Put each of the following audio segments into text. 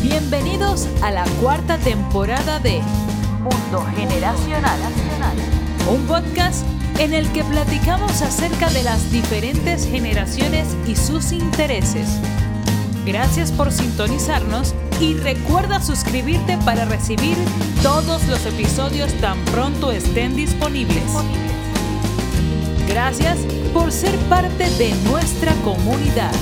Bienvenidos a la cuarta temporada de Mundo Generacional, un podcast en el que platicamos acerca de las diferentes generaciones y sus intereses. Gracias por sintonizarnos y recuerda suscribirte para recibir todos los episodios tan pronto estén disponibles. Gracias por ser parte de nuestra comunidad.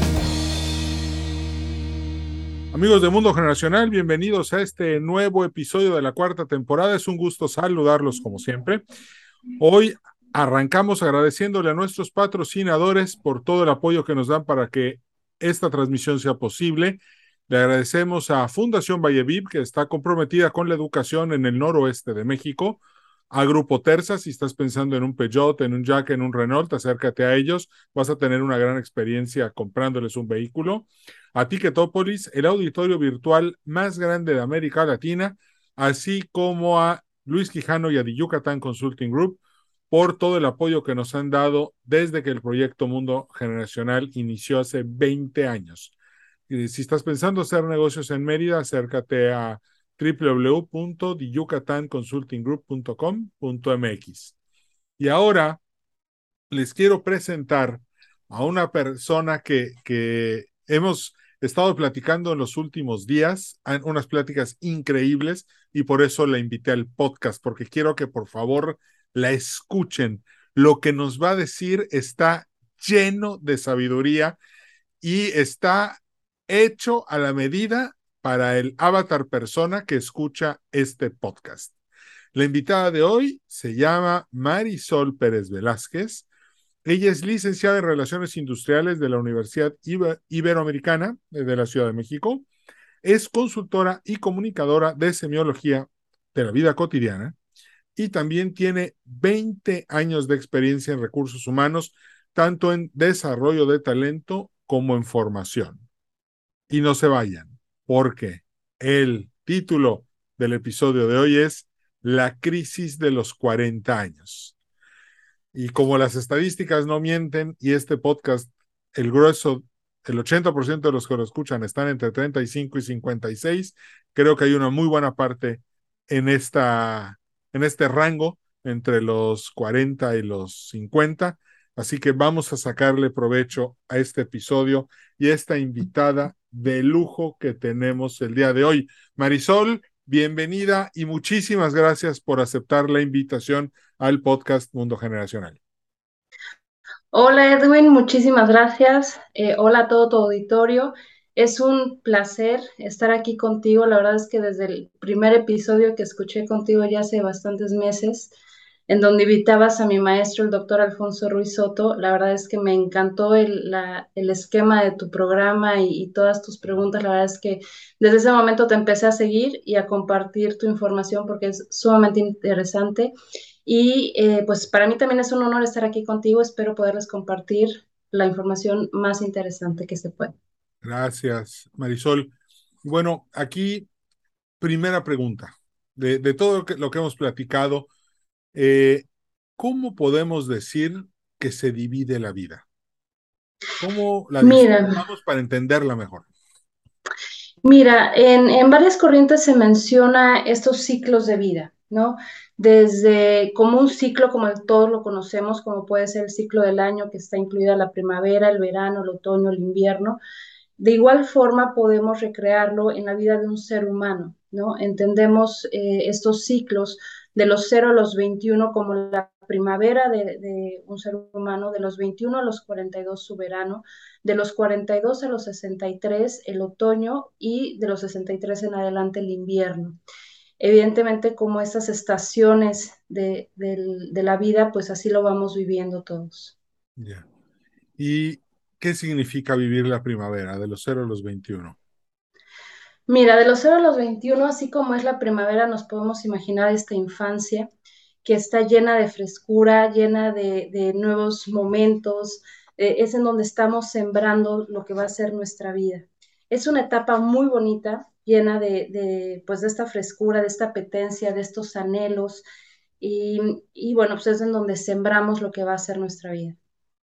Amigos de Mundo Generacional, bienvenidos a este nuevo episodio de la cuarta temporada. Es un gusto saludarlos como siempre. Hoy arrancamos agradeciéndole a nuestros patrocinadores por todo el apoyo que nos dan para que esta transmisión sea posible. Le agradecemos a Fundación Valleviv, que está comprometida con la educación en el noroeste de México. A Grupo Terza, si estás pensando en un Peugeot, en un Jack, en un Renault, acércate a ellos. Vas a tener una gran experiencia comprándoles un vehículo. A Ticketopolis, el auditorio virtual más grande de América Latina, así como a Luis Quijano y a The Yucatán Consulting Group por todo el apoyo que nos han dado desde que el proyecto Mundo Generacional inició hace 20 años. Si estás pensando hacer negocios en Mérida, acércate a www.yucatanconsultinggroup.com.mx. Y ahora les quiero presentar a una persona que hemos estado platicando en los últimos días, unas pláticas increíbles, y por eso la invité al podcast, porque quiero que por favor la escuchen. Lo que nos va a decir está lleno de sabiduría y está hecho a la medida para el avatar persona que escucha este podcast. La invitada de hoy se llama Marisol Pérez Velázquez. Ella es licenciada en Relaciones Industriales de la Universidad Iberoamericana de la Ciudad de México. Es consultora y comunicadora de semiología de la vida cotidiana y también tiene 20 años de experiencia en recursos humanos, tanto en desarrollo de talento como en formación. Y no se vayan, porque el título del episodio de hoy es La crisis de los 40 años. Y como las estadísticas no mienten y este podcast, el grueso, el 80% de los que lo escuchan están entre 35 y 56, creo que hay una muy buena parte en este rango entre los 40 y los 50. Así que vamos a sacarle provecho a este episodio y a esta invitada de lujo que tenemos el día de hoy. Marisol, bienvenida y muchísimas gracias por aceptar la invitación al podcast Mundo Generacional. Hola Edwin, muchísimas gracias. Hola a todo tu auditorio. Es un placer estar aquí contigo. La verdad es que desde el primer episodio que escuché contigo ya hace bastantes meses, en donde invitabas a mi maestro, el doctor Alfonso Ruiz Soto, la verdad es que me encantó el esquema de tu programa y todas tus preguntas. La verdad es que desde ese momento te empecé a seguir y a compartir tu información porque es sumamente interesante. Y pues para mí también es un honor estar aquí contigo. Espero poderles compartir la información más interesante que se pueda. Gracias, Marisol. Bueno, aquí, primera pregunta. De todo lo que hemos platicado, eh, ¿cómo podemos decir que se divide la vida? ¿Cómo la Mira, disfrutamos para entenderla mejor? Mira, en varias corrientes se menciona estos ciclos de vida, ¿no? Desde como un ciclo como todos lo conocemos, como puede ser el ciclo del año, que está incluida la primavera, el verano, el otoño, el invierno. De igual forma podemos recrearlo en la vida de un ser humano, ¿no? Entendemos estos ciclos de los 0 a los 21 como la primavera de un ser humano, de los 21 a los 42 su verano, de los 42 a los 63 el otoño y de los 63 en adelante el invierno. Evidentemente, como esas estaciones de la vida, pues así lo vamos viviendo todos. Ya. ¿Y qué significa vivir la primavera de los 0 a los 21? Mira, de los 0 a los 21, así como es la primavera, nos podemos imaginar esta infancia que está llena de frescura, llena de nuevos momentos, es en donde estamos sembrando lo que va a ser nuestra vida. Es una etapa muy bonita, llena pues de esta frescura, de esta apetencia, de estos anhelos, y bueno, pues es en donde sembramos lo que va a ser nuestra vida.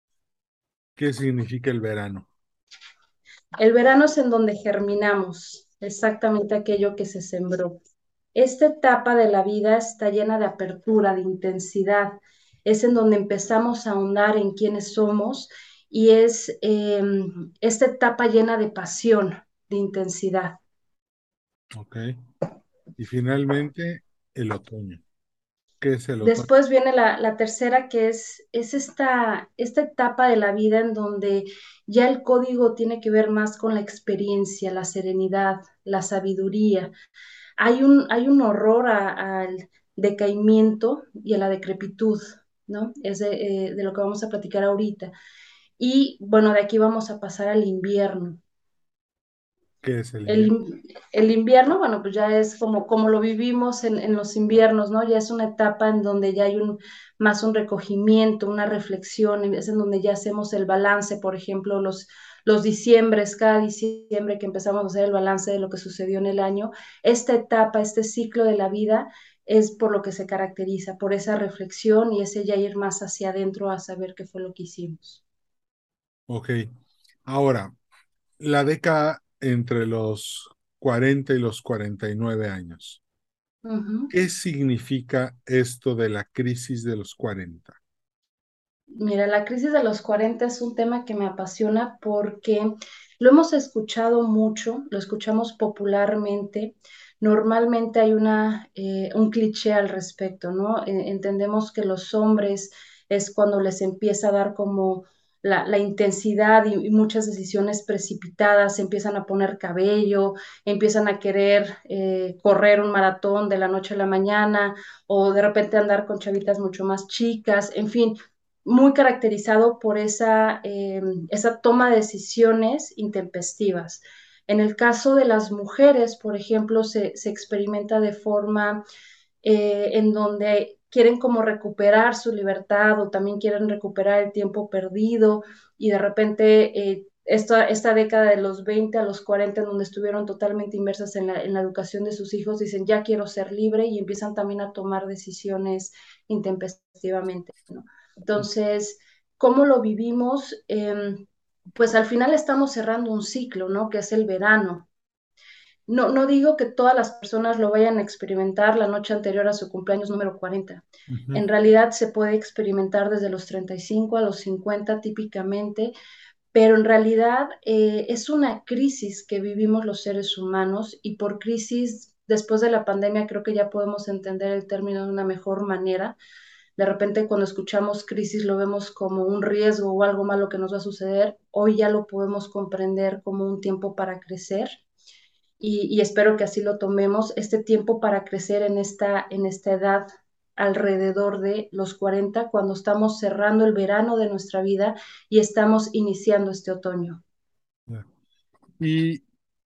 ¿Qué significa el verano? El verano es en donde germinamos, exactamente aquello que se sembró. Esta etapa de la vida está llena de apertura, de intensidad. Es en donde empezamos a ahondar en quiénes somos y es esta etapa llena de pasión, de intensidad. Ok. Y finalmente, el otoño. ¿Qué es el otoño? Después viene la tercera, que es esta etapa de la vida en donde ya el código tiene que ver más con la experiencia, la serenidad, la sabiduría. Hay un horror al decaimiento y a la decrepitud, ¿no? Es de lo que vamos a platicar ahorita. Y bueno, de aquí vamos a pasar al invierno. ¿Qué es el El, invierno? el invierno, bueno, pues ya es como lo vivimos en los inviernos, ¿no? Ya es una etapa en donde ya hay más un recogimiento, una reflexión, es en donde ya hacemos el balance, por ejemplo, los diciembres, cada diciembre que empezamos a hacer el balance de lo que sucedió en el año, esta etapa, este ciclo de la vida es por lo que se caracteriza, por esa reflexión y ese ya ir más hacia adentro a saber qué fue lo que hicimos. Ok. Ahora, la década entre los 40 y los 49 años. Ujú. ¿Qué significa esto de la crisis de los 40? Mira, la crisis de los 40 es un tema que me apasiona porque lo hemos escuchado mucho, lo escuchamos popularmente. Normalmente hay un cliché al respecto, ¿no? Entendemos que los hombres es cuando les empieza a dar como la intensidad y muchas decisiones precipitadas, se empiezan a poner cabello, empiezan a querer correr un maratón de la noche a la mañana o de repente andar con chavitas mucho más chicas, en fin, muy caracterizado por esa toma de decisiones intempestivas. En el caso de las mujeres, por ejemplo, se experimenta de forma en donde quieren como recuperar su libertad o también quieren recuperar el tiempo perdido y de repente esta década de los 20 a los 40 en donde estuvieron totalmente inmersas en la educación de sus hijos, dicen ya quiero ser libre y empiezan también a tomar decisiones intempestivamente, ¿no? Entonces, ¿cómo lo vivimos? Pues al final estamos cerrando un ciclo, ¿no? Que es el verano. No digo que todas las personas lo vayan a experimentar la noche anterior a su cumpleaños número 40. Ujú. En realidad se puede experimentar desde los 35 a los 50 típicamente, pero en realidad es una crisis que vivimos los seres humanos y por crisis, después de la pandemia, creo que ya podemos entender el término de una mejor manera. De repente cuando escuchamos crisis lo vemos como un riesgo o algo malo que nos va a suceder. Hoy ya lo podemos comprender como un tiempo para crecer y espero que así lo tomemos, este tiempo para crecer en esta edad alrededor de los 40 cuando estamos cerrando el verano de nuestra vida y estamos iniciando este otoño. Ya. Y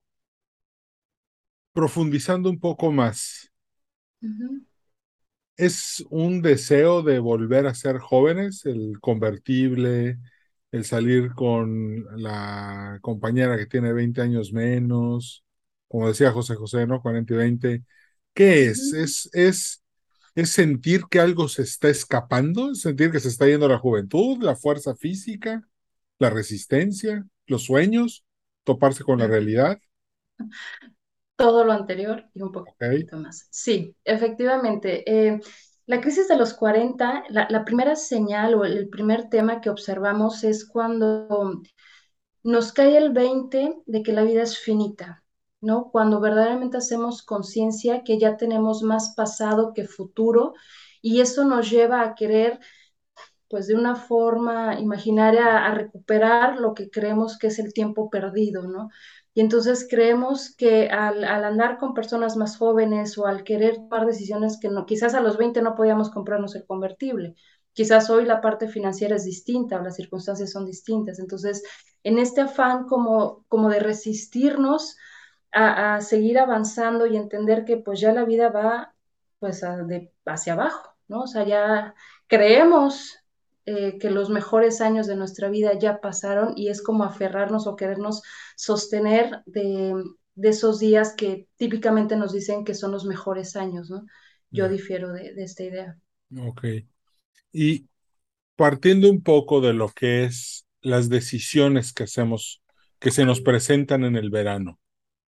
profundizando un poco más, Ujú, ¿es un deseo de volver a ser jóvenes, el convertible, el salir con la compañera que tiene 20 años menos, como decía José José, ¿no? 40 y 20? ¿Qué es? ujú. ¿Es sentir que algo se está escapando? ¿Es sentir que se está yendo la juventud, la fuerza física, la resistencia, los sueños, toparse con la realidad? Todo lo anterior y un ¿Ok? poquito más. Sí, efectivamente. La crisis de los 40, la primera señal o el primer tema que observamos es cuando nos cae el 20 de que la vida es finita, ¿no? Cuando verdaderamente hacemos conciencia que ya tenemos más pasado que futuro y eso nos lleva a querer, pues de una forma imaginaria, a recuperar lo que creemos que es el tiempo perdido, ¿no? Y entonces creemos que al andar con personas más jóvenes o al querer tomar decisiones que no, quizás a los 20 no podíamos comprarnos el convertible, quizás hoy la parte financiera es distinta o las circunstancias son distintas. Entonces, en este afán como de resistirnos a seguir avanzando y entender que pues ya la vida va pues hacia abajo, ¿no? O sea, ya creemos que los mejores años de nuestra vida ya pasaron y es como aferrarnos o querernos sostener de esos días que típicamente nos dicen que son los mejores años, ¿no? Yo Ya, difiero de esta idea. ok. Y partiendo un poco de lo que es las decisiones que hacemos, que se nos presentan en el verano.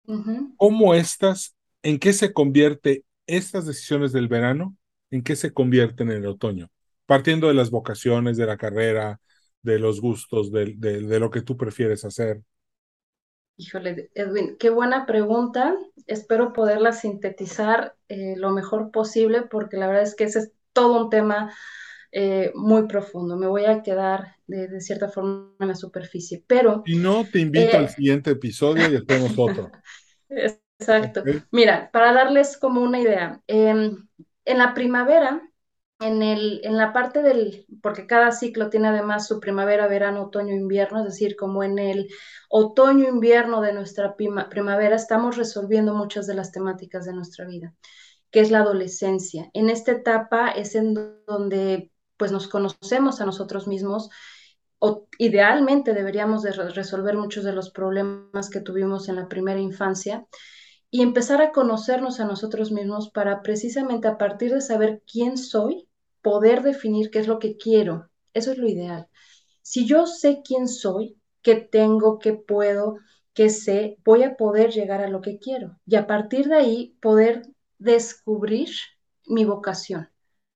Ujú. ¿Cómo en qué se convierte estas decisiones del verano, en qué se convierten en el otoño? Partiendo de las vocaciones, de la carrera, de los gustos, de lo que tú prefieres hacer. Híjole, Edwin, qué buena pregunta. Espero poderla sintetizar lo mejor posible porque la verdad es que ese es todo un tema muy profundo. Me voy a quedar de cierta forma en la superficie, pero Si no, te invito al eh, siguiente episodio y hacemos otro. exacto. ¿Ok? Mira, para darles como una idea, en la primavera, en la parte porque cada ciclo tiene además su primavera, verano, otoño, invierno, es decir, como en el otoño, invierno de nuestra primavera, estamos resolviendo muchas de las temáticas de nuestra vida, que es la adolescencia. En esta etapa es en donde pues nos conocemos a nosotros mismos o idealmente deberíamos de resolver muchos de los problemas que tuvimos en la primera infancia y empezar a conocernos a nosotros mismos para precisamente a partir de saber quién soy, poder definir qué es lo que quiero. Eso es lo ideal. Si yo sé quién soy, qué tengo, qué puedo, qué sé, voy a poder llegar a lo que quiero y a partir de ahí poder descubrir mi vocación.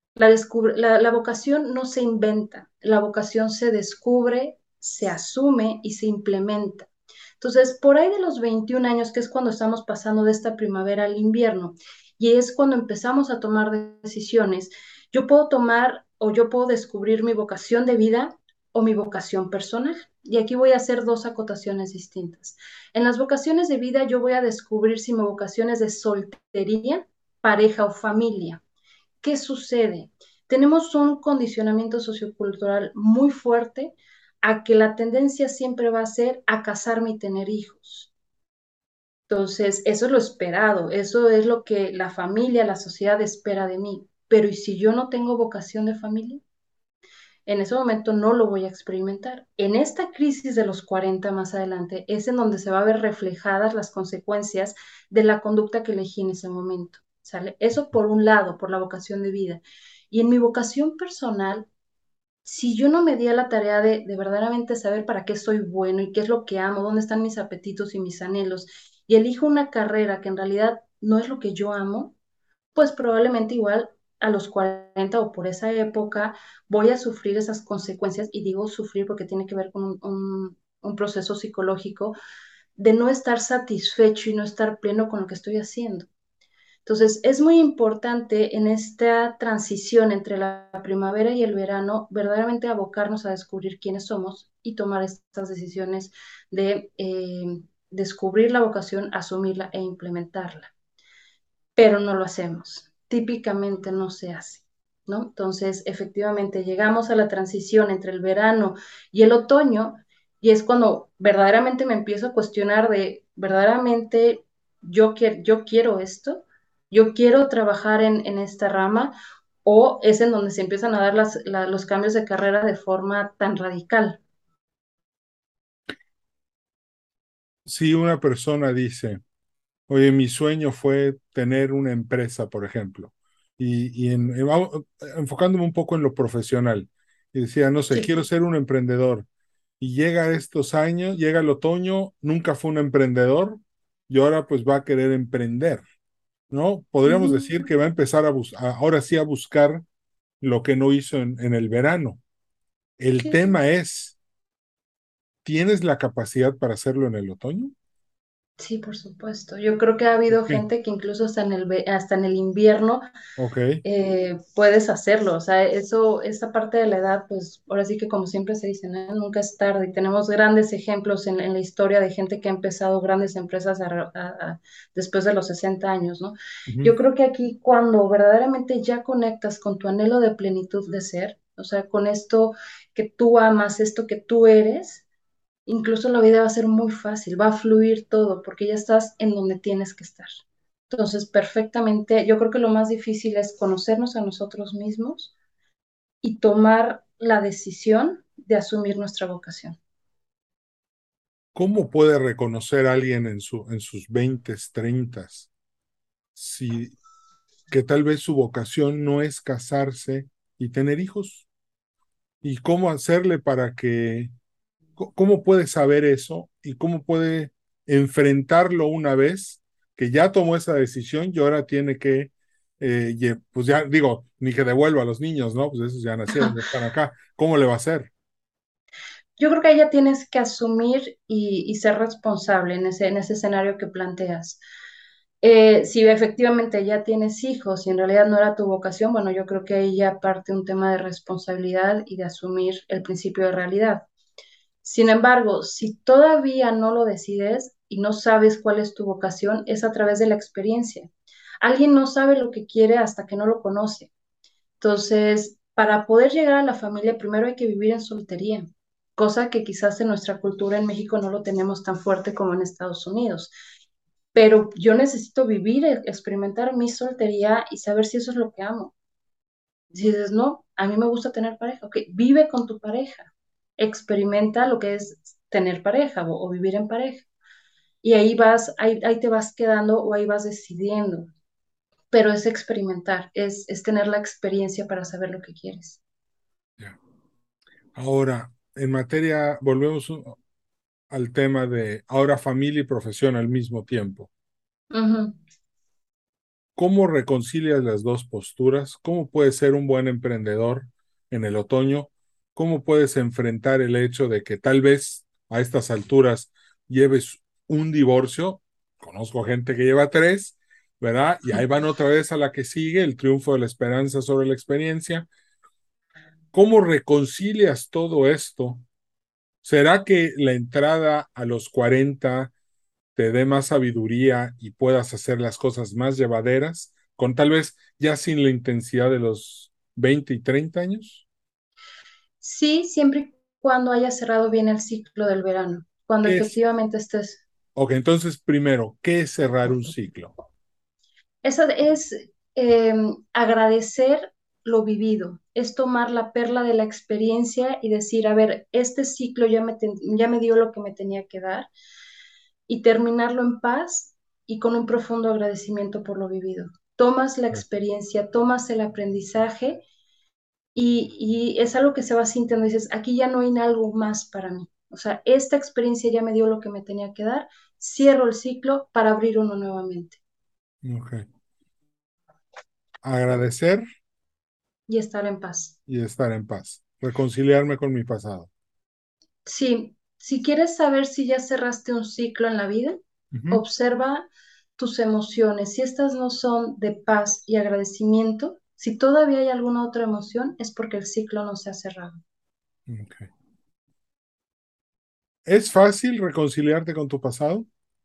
La vocación no se inventa, la vocación se descubre, se asume y se implementa. Entonces, por ahí de los 21 años, que es cuando estamos pasando de esta primavera al invierno, y es cuando empezamos a tomar decisiones, yo puedo tomar o yo puedo descubrir mi vocación de vida o mi vocación personal. Y aquí voy a hacer dos acotaciones distintas. En las vocaciones de vida, yo voy a descubrir si mi vocación es de soltería, pareja o familia. ¿Qué sucede? Tenemos un condicionamiento sociocultural muy fuerte a que la tendencia siempre va a ser a casarme y tener hijos. Entonces, eso es lo esperado, eso es lo que la familia, la sociedad espera de mí. Pero ¿y si yo no tengo vocación de familia? En ese momento no lo voy a experimentar. En esta crisis de los 40 más adelante es en donde se va a ver reflejadas las consecuencias de la conducta que elegí en ese momento. ¿Sale? Eso por un lado, por la vocación de vida. Y en mi vocación personal, si yo no me di a la tarea de verdaderamente saber para qué soy bueno y qué es lo que amo, dónde están mis apetitos y mis anhelos, y elijo una carrera que en realidad no es lo que yo amo, pues probablemente igual a los 40 o por esa época voy a sufrir esas consecuencias, y digo sufrir porque tiene que ver con un proceso psicológico de no estar satisfecho y no estar pleno con lo que estoy haciendo. Entonces, es muy importante en esta transición entre la primavera y el verano, verdaderamente abocarnos a descubrir quiénes somos y tomar estas decisiones de descubrir la vocación, asumirla e implementarla, pero no lo hacemos. Típicamente no se hace, ¿no? Entonces, efectivamente, llegamos a la transición entre el verano y el otoño y es cuando verdaderamente me empiezo a cuestionar de, verdaderamente, yo quiero esto, yo quiero trabajar en esta rama, o es en donde se empiezan a dar los cambios de carrera de forma tan radical. Si una persona dice, oye, mi sueño fue tener una empresa, por ejemplo, enfocándome un poco en lo profesional, y decía, no sé, Sí. quiero ser un emprendedor, y llega estos años, llega el otoño, nunca fue un emprendedor, y ahora pues va a querer emprender, ¿no? Podríamos decir que va a empezar ahora sí a buscar lo que no hizo en el verano. El Sí, tema es, ¿tienes la capacidad para hacerlo en el otoño? sí, por supuesto. Yo creo que ha habido Ok, gente que incluso hasta en el invierno ok. puedes hacerlo. O sea, eso, esta parte de la edad, pues ahora sí que como siempre se dice, ¿no? Nunca es tarde. Y tenemos grandes ejemplos en la historia de gente que ha empezado grandes empresas después de los 60 años, ¿no? Ujú. Yo creo que aquí cuando verdaderamente ya conectas con tu anhelo de plenitud de ser, o sea, con esto que tú amas, esto que tú eres, incluso la vida va a ser muy fácil, va a fluir todo, porque ya estás en donde tienes que estar. Entonces, perfectamente, yo creo que lo más difícil es conocernos a nosotros mismos y tomar la decisión de asumir nuestra vocación. ¿Cómo puede reconocer a alguien en sus 20, 30, si, que tal vez su vocación no es casarse y tener hijos? ¿Y cómo hacerle para cómo puede saber eso y cómo puede enfrentarlo una vez que ya tomó esa decisión y ahora tiene que, pues ya digo, ni que devuelva a los niños, ¿no? Pues esos ya nacieron, ya están acá. ¿Cómo le va a hacer? Yo creo que ahí ya tienes que asumir y ser responsable en ese escenario que planteas. Si efectivamente ya tienes hijos y en realidad no era tu vocación, bueno, yo creo que ahí ya parte un tema de responsabilidad y de asumir el principio de realidad. Sin embargo, si todavía no lo decides y no sabes cuál es tu vocación, es a través de la experiencia. Alguien no sabe lo que quiere hasta que no lo conoce. Entonces, para poder llegar a la familia, primero hay que vivir en soltería, cosa que quizás en nuestra cultura en México no lo tenemos tan fuerte como en Estados Unidos. Pero yo necesito vivir, experimentar mi soltería y saber si eso es lo que amo. Si dices, no, a mí me gusta tener pareja, ok, vive con tu pareja, experimenta lo que es tener pareja o vivir en pareja. Y ahí vas, ahí te vas quedando o ahí vas decidiendo, pero es experimentar, es tener la experiencia para saber lo que quieres. Ya. Ahora, en materia, volvemos al tema de ahora familia y profesión al mismo tiempo. Ujú. ¿Cómo reconcilias las dos posturas? ¿Cómo puedes ser un buen emprendedor en el otoño? ¿Cómo puedes enfrentar el hecho de que tal vez a estas alturas lleves un divorcio? Conozco gente que lleva tres, ¿verdad? Y ahí van otra vez a la que sigue, el triunfo de la esperanza sobre la experiencia. ¿Cómo reconcilias todo esto? ¿Será que la entrada a los 40 te dé más sabiduría y puedas hacer las cosas más llevaderas, con tal vez ya sin la intensidad de los 20 y 30 años? Sí, siempre y cuando hayas cerrado bien el ciclo del verano, cuando ¿Qué es? efectivamente estés. Ok, entonces primero, ¿qué es cerrar un ciclo? Esa es eh, agradecer lo vivido, es tomar la perla de la experiencia y decir, a ver, este ciclo ya me dio lo que me tenía que dar y terminarlo en paz y con un profundo agradecimiento por lo vivido. Tomas la experiencia, tomas el aprendizaje y es algo que se va sintiendo. Dices, aquí ya no hay algo más para mí. O sea, esta experiencia ya me dio lo que me tenía que dar. Cierro el ciclo para abrir uno nuevamente Ok. Agradecer y estar en paz. y estar en paz. Reconciliarme con mi pasado. Sí, si quieres saber si ya cerraste un ciclo en la vida, Ujú. observa tus emociones. Si estas no son de paz y agradecimiento, si todavía hay alguna otra emoción, es porque el ciclo no se ha cerrado. Ok. ¿Es fácil reconciliarte con tu pasado?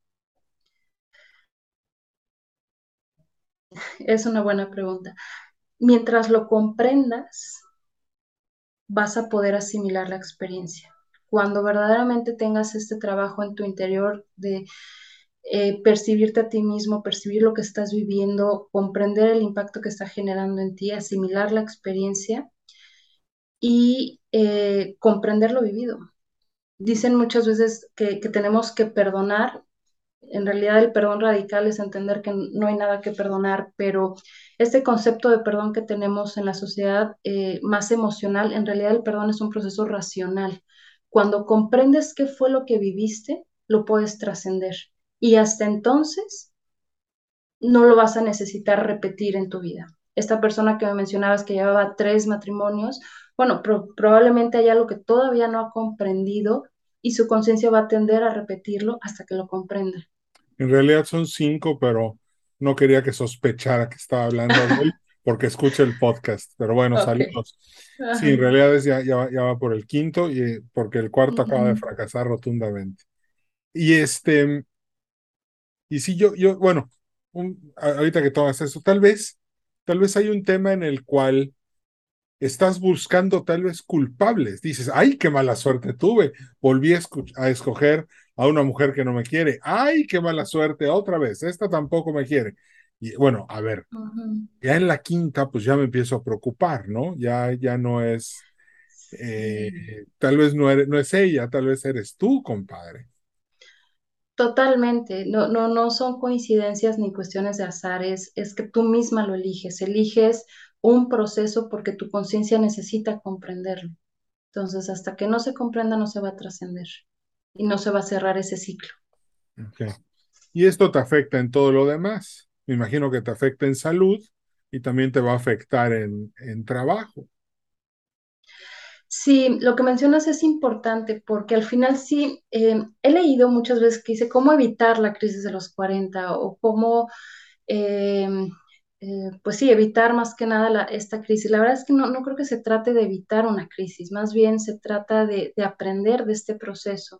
Es una buena pregunta. Mientras lo comprendas, vas a poder asimilar la experiencia. Cuando verdaderamente tengas este trabajo en tu interior de percibirte a ti mismo, percibir lo que estás viviendo, comprender el impacto que está generando en ti, asimilar la experiencia y comprender lo vivido. Dicen muchas veces que tenemos que perdonar. En realidad el perdón radical es entender que no hay nada que perdonar, pero este concepto de perdón que tenemos en la sociedad más emocional, en realidad el perdón es un proceso racional. Cuando comprendes qué fue lo que viviste, lo puedes trascender. Y hasta entonces no lo vas a necesitar repetir en tu vida. Esta persona que me mencionabas que llevaba 3 matrimonios, bueno, probablemente hay algo que todavía no ha comprendido y su conciencia va a tender a repetirlo hasta que lo comprenda. En realidad son cinco, pero no quería que sospechara que estaba hablando de él porque escucha el podcast. Pero bueno, Ok. saludos. Sí, en Ay. realidad ya va por el quinto y porque el cuarto acaba de Ujú. fracasar rotundamente. Y y sí, bueno, ahorita que tomas eso, tal vez hay un tema en el cual estás buscando tal vez culpables. Dices, ay, qué mala suerte tuve. Volví a escoger a una mujer que no me quiere. Ay, qué mala suerte otra vez. Esta tampoco me quiere. Y bueno, a ver, Ujú. ya en la quinta, pues ya me empiezo a preocupar, ¿no? Ya no es, Sí, tal vez no es ella, tal vez eres tú, compadre. totalmente. No, no, no son coincidencias ni cuestiones de azar, es que tú misma lo eliges. Eliges un proceso porque tu conciencia necesita comprenderlo. Entonces, hasta que no se comprenda, no se va a trascender y no se va a cerrar ese ciclo. Ok. Y esto te afecta en todo lo demás. Me imagino que te afecta en salud y también te va a afectar en trabajo. Sí, lo que mencionas es importante porque al final sí, he leído muchas veces que dice cómo evitar la crisis de los 40 o cómo, eh, pues sí, evitar más que nada esta crisis. La verdad es que no creo que se trate de evitar una crisis, más bien se trata de aprender de este proceso.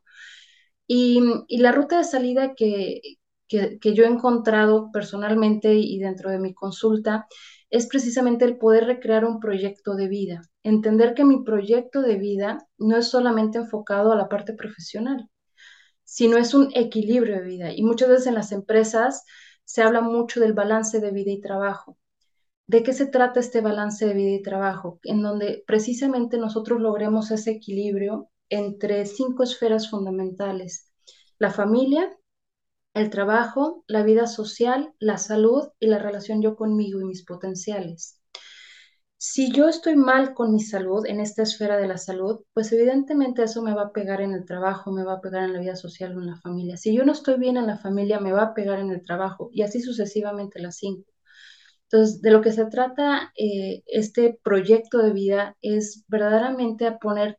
Y la ruta de salida que yo he encontrado personalmente y dentro de mi consulta es precisamente el poder recrear un proyecto de vida, entender que mi proyecto de vida no es solamente enfocado a la parte profesional, sino es un equilibrio de vida. Y muchas veces en las empresas se habla mucho del balance de vida y trabajo. ¿De qué se trata este balance de vida y trabajo? En donde precisamente nosotros logremos ese equilibrio entre 5 esferas fundamentales: la familia, el trabajo, la vida social, la salud y la relación yo conmigo y mis potenciales. Si yo estoy mal con mi salud, en esta esfera de la salud, pues evidentemente eso me va a pegar en el trabajo, me va a pegar en la vida social o en la familia. Si yo no estoy bien en la familia, me va a pegar en el trabajo y así sucesivamente las 5. Entonces, de lo que se trata este proyecto de vida es verdaderamente a poner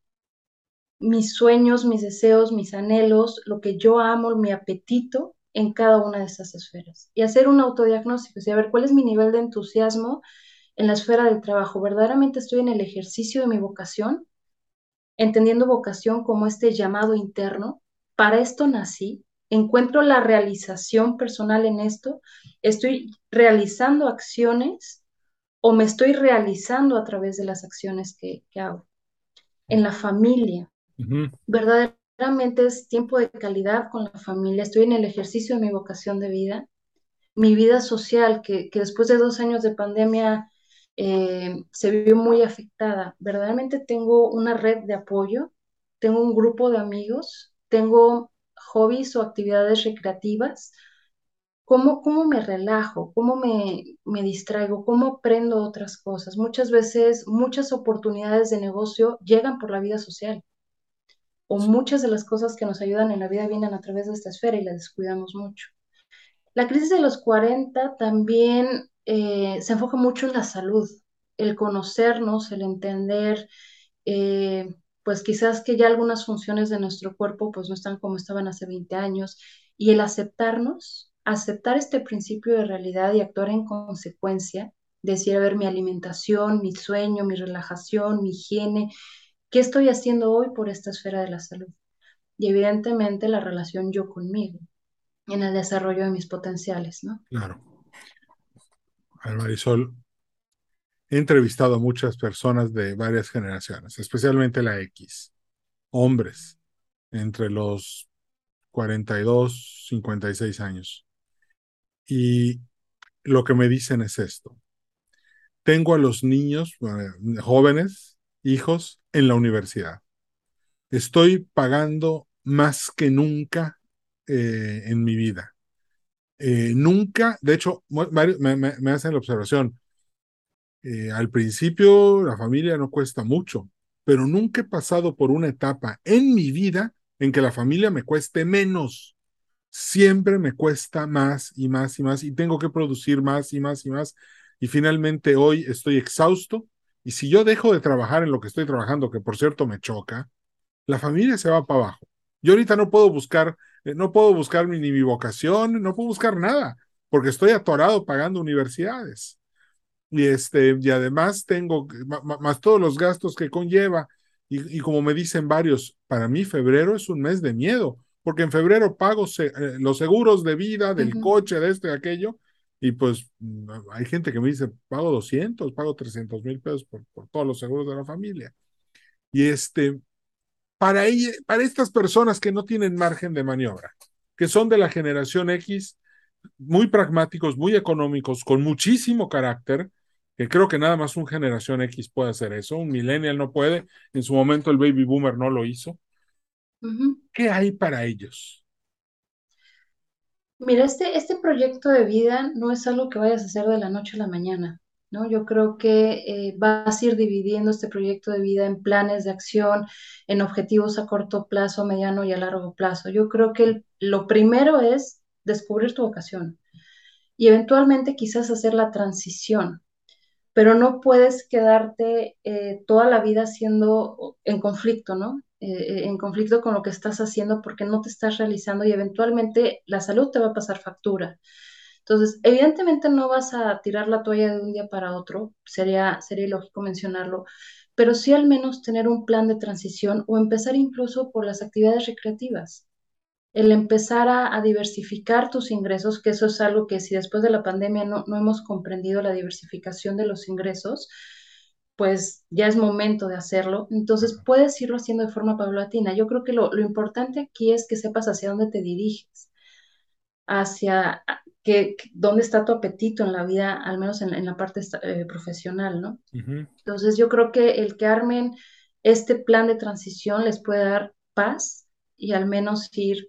mis sueños, mis deseos, mis anhelos, lo que yo amo, mi apetito en cada una de esas esferas y hacer un autodiagnóstico, y a ver cuál es mi nivel de entusiasmo en la esfera del trabajo. ¿Verdaderamente estoy en el ejercicio de mi vocación? Entendiendo vocación como este llamado interno. Para esto nací, encuentro la realización personal en esto, estoy realizando acciones o me estoy realizando a través de las acciones que hago. En la familia, Ujú. verdaderamente es tiempo de calidad con la familia, estoy en el ejercicio de mi vocación de vida, mi vida social, que después de 2 años de pandemia se vio muy afectada. Verdaderamente tengo una red de apoyo, tengo un grupo de amigos, tengo hobbies o actividades recreativas. ¿Cómo me relajo? ¿Cómo me distraigo? ¿Cómo aprendo otras cosas? Muchas veces, muchas oportunidades de negocio llegan por la vida social o muchas de las cosas que nos ayudan en la vida vienen a través de esta esfera y la descuidamos mucho. La crisis de los 40 también se enfoca mucho en la salud, el conocernos, el entender, eh, pues quizás que ya algunas funciones de nuestro cuerpo pues no están como estaban hace 20 años y el aceptarnos, aceptar este principio de realidad y actuar en consecuencia, decir, a ver, mi alimentación, mi sueño, mi relajación, mi higiene, ¿qué estoy haciendo hoy por esta esfera de la salud? Y evidentemente la relación yo conmigo en el desarrollo de mis potenciales, ¿no? Claro. A ver, Marisol, he entrevistado a muchas personas de varias generaciones, especialmente la X, hombres, entre los 42, 56 años. Y lo que me dicen es esto. Tengo a los niños, jóvenes, hijos, en la universidad. Estoy pagando más que nunca en mi vida. Nunca, de hecho, me hacen la observación, al principio la familia no cuesta mucho, pero nunca he pasado por una etapa en mi vida en que la familia me cueste menos. Siempre me cuesta más y más y más y tengo que producir más y más y más. Y finalmente hoy estoy exhausto y si yo dejo de trabajar en lo que estoy trabajando, que por cierto me choca, la familia se va para abajo. Yo ahorita no puedo buscar ni mi vocación, no puedo buscar nada, porque estoy atorado pagando universidades. Y además tengo más todos los gastos que conlleva. Y como me dicen varios, para mí febrero es un mes de miedo, porque en febrero pago los seguros de vida, del Ujú, coche, de esto y aquello, y pues hay gente que me dice, pago 200, pago 300,000 pesos por todos los seguros de la familia. Y para estas personas que no tienen margen de maniobra, que son de la generación X, muy pragmáticos, muy económicos, con muchísimo carácter, que creo que nada más un generación X puede hacer eso, un millennial no puede, en su momento el baby boomer no lo hizo. ujú. ¿Qué hay para ellos? Mira, este proyecto de vida no es algo que vayas a hacer de la noche a la mañana. ¿no? Yo creo que vas a ir dividiendo este proyecto de vida en planes de acción, en objetivos a corto plazo, mediano y a largo plazo. Yo creo que lo primero es descubrir tu vocación y eventualmente quizás hacer la transición, pero no puedes quedarte toda la vida siendo en conflicto, ¿no? En conflicto con lo que estás haciendo porque no te estás realizando y eventualmente la salud te va a pasar factura. Entonces, evidentemente no vas a tirar la toalla de un día para otro, sería ilógico mencionarlo, pero sí al menos tener un plan de transición o empezar incluso por las actividades recreativas. El empezar a diversificar tus ingresos, que eso es algo que si después de la pandemia no hemos comprendido la diversificación de los ingresos, pues ya es momento de hacerlo. Entonces puedes irlo haciendo de forma paulatina. Yo creo que lo importante aquí es que sepas hacia dónde te diriges, hacia dónde está tu apetito en la vida, al menos en la parte profesional, ¿no? Ujú, Entonces yo creo que el que armen este plan de transición les puede dar paz y al menos ir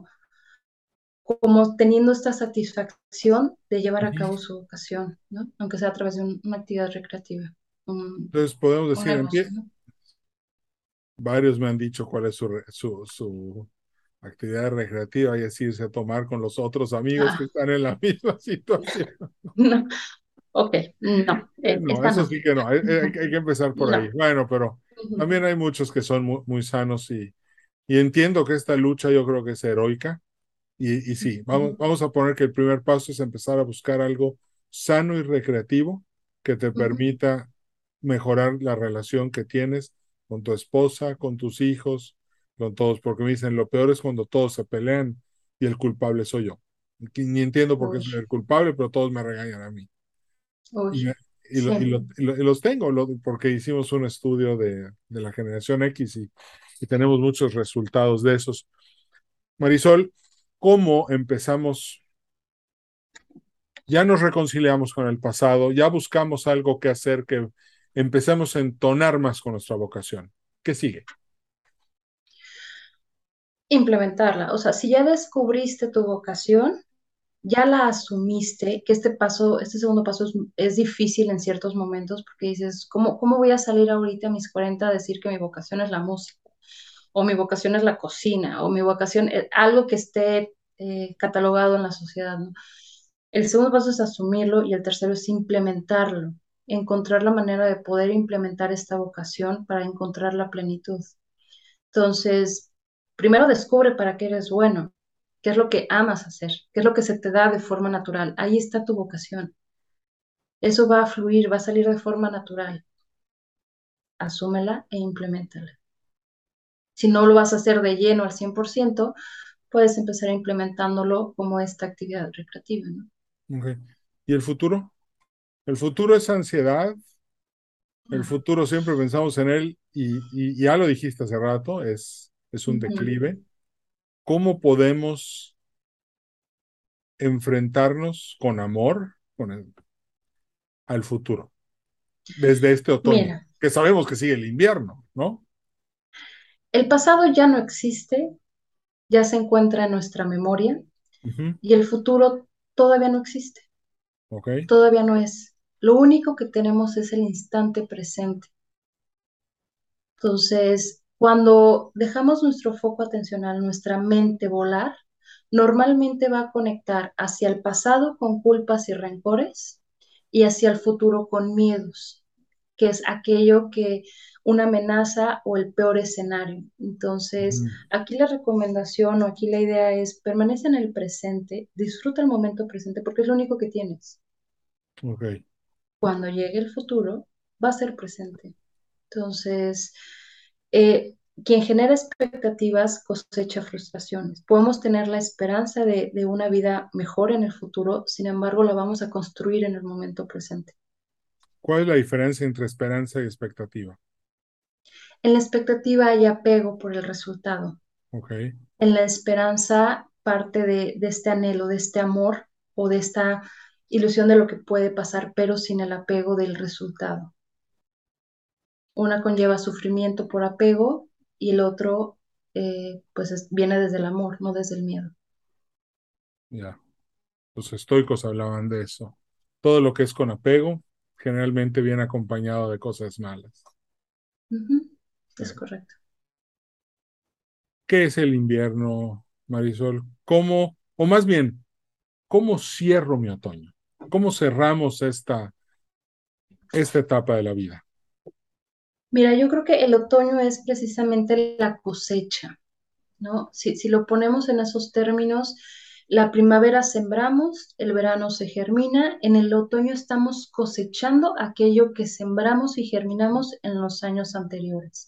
como teniendo esta satisfacción de llevar a ujú. cabo su vocación, ¿no? Aunque sea a través de una actividad recreativa, Entonces podemos un decir, negocio, ¿no? varios me han dicho cuál es su actividad recreativa y es irse a tomar con los otros amigos que Ah, están en la misma situación. no, ok, no, No, esta eso no, sí que no, hay que empezar por ahí. no. Bueno, pero Ujú, también hay muchos que son muy sanos y entiendo que esta lucha yo creo que es heroica y sí, ujú, vamos a poner que el primer paso es empezar a buscar algo sano y recreativo que te ujú. permita mejorar la relación que tienes con tu esposa, con tus hijos, con todos, porque me dicen, lo peor es cuando todos se pelean y el culpable soy yo. Ni entiendo por qué Uy, soy el culpable, pero todos me regañan a mí. uy, Y, sí, y los tengo, porque hicimos un estudio de la generación X y tenemos muchos resultados de esos. Marisol, ¿cómo empezamos? Ya nos reconciliamos con el pasado, ya buscamos algo que hacer, que empecemos a entonar más con nuestra vocación. ¿Qué sigue? implementarla. O sea, si ya descubriste tu vocación, ya la asumiste, que este paso, este segundo paso es difícil en ciertos momentos porque dices, ¿cómo voy a salir ahorita a mis 40 a decir que mi vocación es la música? O mi vocación es la cocina, o mi vocación es algo que esté catalogado en la sociedad, ¿no? El segundo paso es asumirlo y el tercero es implementarlo, encontrar la manera de poder implementar esta vocación para encontrar la plenitud. Entonces, primero descubre para qué eres bueno, qué es lo que amas hacer, qué es lo que se te da de forma natural. Ahí está tu vocación. Eso va a fluir, va a salir de forma natural. Asúmela e implementala. Si no lo vas a hacer de lleno al 100%, puedes empezar implementándolo como esta actividad recreativa, ¿no? Okay. ¿Y el futuro? El futuro es ansiedad. El futuro siempre pensamos en él y ya lo dijiste hace rato, es un Ujú. declive. ¿Cómo podemos enfrentarnos con amor al futuro desde este otoño? Mira, Que sabemos que sigue el invierno, ¿no? el pasado ya no existe, ya se encuentra en nuestra memoria Ujú, y el futuro todavía no existe, ok. todavía no es. Lo único que tenemos es el instante presente. Entonces, cuando dejamos nuestro foco atencional, nuestra mente volar, normalmente va a conectar hacia el pasado con culpas y rencores y hacia el futuro con miedos, que es aquello que una amenaza o el peor escenario. Entonces, Ujú, aquí la recomendación o aquí la idea es permanece en el presente, disfruta el momento presente porque es lo único que tienes. ok. Cuando llegue el futuro, va a ser presente. Entonces, quien genera expectativas cosecha frustraciones. Podemos tener la esperanza de una vida mejor en el futuro, sin embargo, la vamos a construir en el momento presente. ¿Cuál es la diferencia entre esperanza y expectativa? En la expectativa hay apego por el resultado. Ok. En la esperanza parte de este anhelo, de este amor o de esta ilusión de lo que puede pasar, pero sin el apego del resultado. Una conlleva sufrimiento por apego y el otro, pues, viene desde el amor, no desde el miedo. Ya. Los estoicos hablaban de eso. Todo lo que es con apego generalmente viene acompañado de cosas malas. Ujú, es Eh, correcto. ¿Qué es el invierno, Marisol? ¿Cómo, o más bien, cómo cierro mi otoño? ¿Cómo cerramos esta etapa de la vida? Mira, yo creo que el otoño es precisamente la cosecha, ¿no? Si lo ponemos en esos términos, la primavera sembramos, el verano se germina, en el otoño estamos cosechando aquello que sembramos y germinamos en los años anteriores.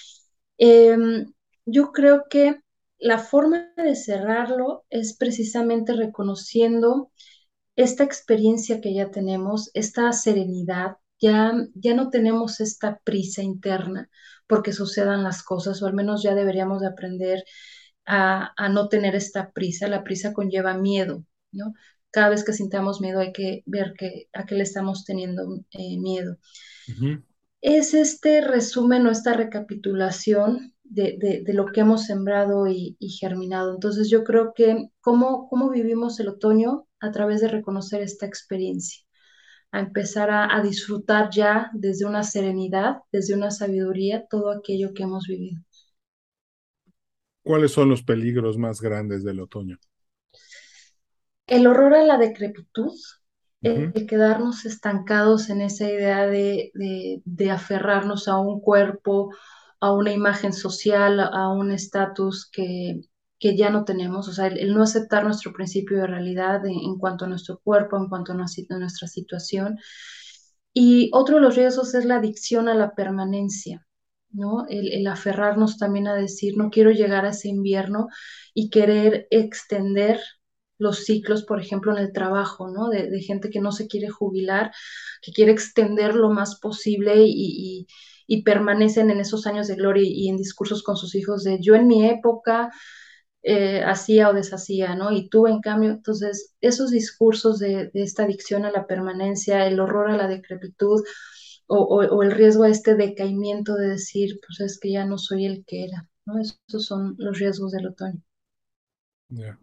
Yo creo que la forma de cerrarlo es precisamente reconociendo esta experiencia que ya tenemos, esta serenidad, ya no tenemos esta prisa interna porque sucedan las cosas, o al menos ya deberíamos de aprender a no tener esta prisa. La prisa conlleva miedo, ¿no? Cada vez que sintamos miedo hay que ver a qué le estamos teniendo miedo. Ujú. Es este resumen o esta recapitulación de lo que hemos sembrado y germinado. Entonces yo creo que cómo vivimos el otoño a través de reconocer esta experiencia, a empezar a disfrutar ya desde una serenidad, desde una sabiduría, todo aquello que hemos vivido. ¿Cuáles son los peligros más grandes del otoño? El horror a la decrepitud, Ujú. el quedarnos estancados en esa idea de aferrarnos a un cuerpo, a una imagen social, a un estatus que ya no tenemos, o sea, el no aceptar nuestro principio de realidad en cuanto a nuestro cuerpo, en cuanto a nuestra situación. Y otro de los riesgos es la adicción a la permanencia, ¿no? El aferrarnos también a decir, no quiero llegar a ese invierno y querer extender los ciclos, por ejemplo, en el trabajo, ¿no? De gente que no se quiere jubilar, que quiere extender lo más posible y permanecen en esos años de gloria y en discursos con sus hijos de yo en mi época hacía o deshacía, ¿no? Y tú, en cambio, entonces, esos discursos de esta adicción a la permanencia, el horror a la decrepitud o el riesgo a este decaimiento de decir, pues es que ya no soy el que era, ¿no? Esos son los riesgos del otoño. Ya.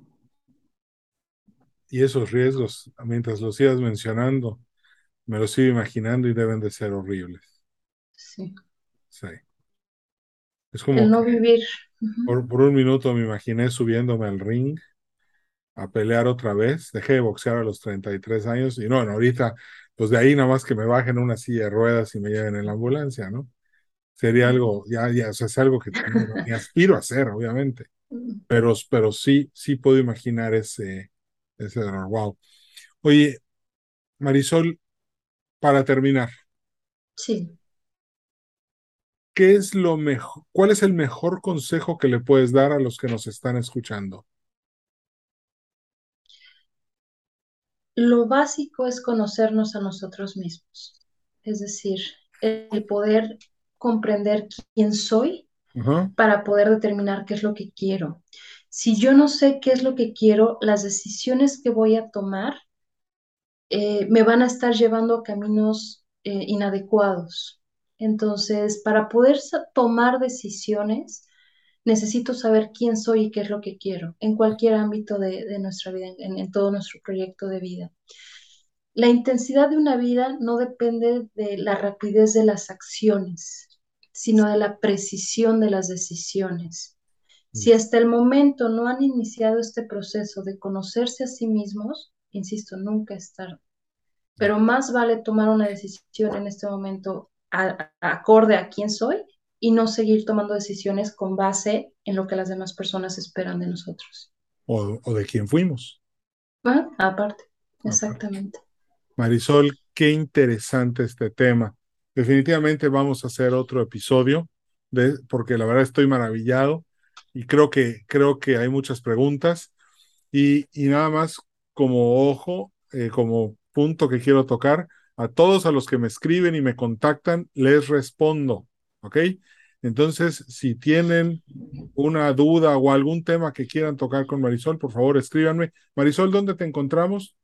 Y esos riesgos, mientras los sigas mencionando, me los sigo imaginando y deben de ser horribles. Sí. Sí. Es como El que no vivir. Ujú. por un minuto me imaginé subiéndome al ring a pelear otra vez. Dejé de boxear a los 33 años y no, ahorita, pues de ahí nada más que me bajen una silla de ruedas y me lleven en la ambulancia, ¿no? Sería algo, o sea, es algo que ni aspiro a hacer, obviamente, pero sí, sí puedo imaginar ese dolor. Wow. Oye, Marisol, para terminar, Sí. ¿qué es lo mejor, cuál es el mejor consejo que le puedes dar a los que nos están escuchando? Lo básico es conocernos a nosotros mismos, es decir, el poder comprender quién soy Ajá. para poder determinar qué es lo que quiero. Si yo no sé qué es lo que quiero, las decisiones que voy a tomar me van a estar llevando a caminos inadecuados. Entonces, para poder tomar decisiones, necesito saber quién soy y qué es lo que quiero en cualquier ámbito de nuestra vida, en todo nuestro proyecto de vida. La intensidad de una vida no depende de la rapidez de las acciones, sino de la precisión de las decisiones. Si hasta el momento no han iniciado este proceso de conocerse a sí mismos, insisto, nunca es tarde, pero más vale tomar una decisión en este momento acorde a quién soy y no seguir tomando decisiones con base en lo que las demás personas esperan de nosotros. O de quién fuimos. Ah, aparte, Aparte. exactamente. Marisol, qué interesante este tema. Definitivamente vamos a hacer otro episodio porque la verdad estoy maravillado y creo que hay muchas preguntas y nada más como ojo, como punto que quiero tocar, a todos a los que me escriben y me contactan, les respondo, ¿ok? Entonces, si tienen una duda o algún tema que quieran tocar con Marisol, por favor, escríbanme. Marisol, ¿dónde te encontramos?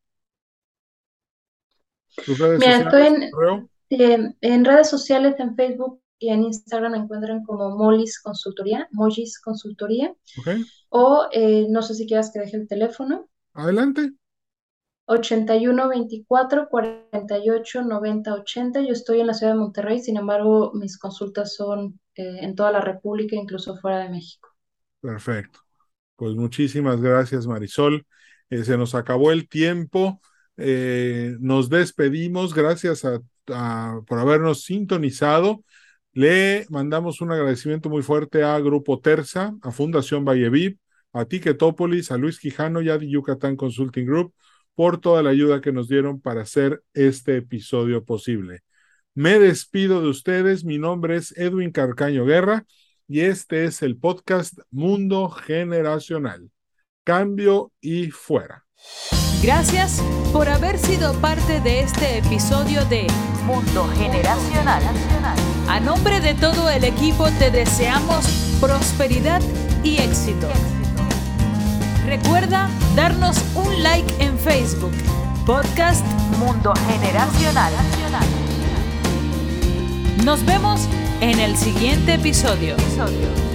¿Tus redes Mira, estoy sociales? ¿Correo? en redes sociales, en Facebook y en Instagram me encuentran como Molis Consultoría, Mojis Consultoría, ¿Ok? o no sé si quieras que deje el teléfono. Adelante. 8124-489080. Yo estoy en la ciudad de Monterrey, sin embargo, mis consultas son en toda la República, incluso fuera de México. Perfecto. Pues muchísimas gracias, Marisol. Se nos acabó el tiempo. Nos despedimos. Gracias por habernos sintonizado. Le mandamos un agradecimiento muy fuerte a Grupo Terza, a Fundación Valleviv, a Ticketopolis, a Luis Quijano y a Yucatán Consulting Group por toda la ayuda que nos dieron para hacer este episodio posible. Me despido de ustedes. Mi nombre es Edwin Carcaño Guerra y este es el podcast Mundo Generacional. Cambio y fuera. Gracias por haber sido parte de este episodio de Mundo Generacional. A nombre de todo el equipo te deseamos prosperidad y éxito. Recuerda darnos un like en Facebook, Podcast Mundo Generacional. Nos vemos en el siguiente episodio.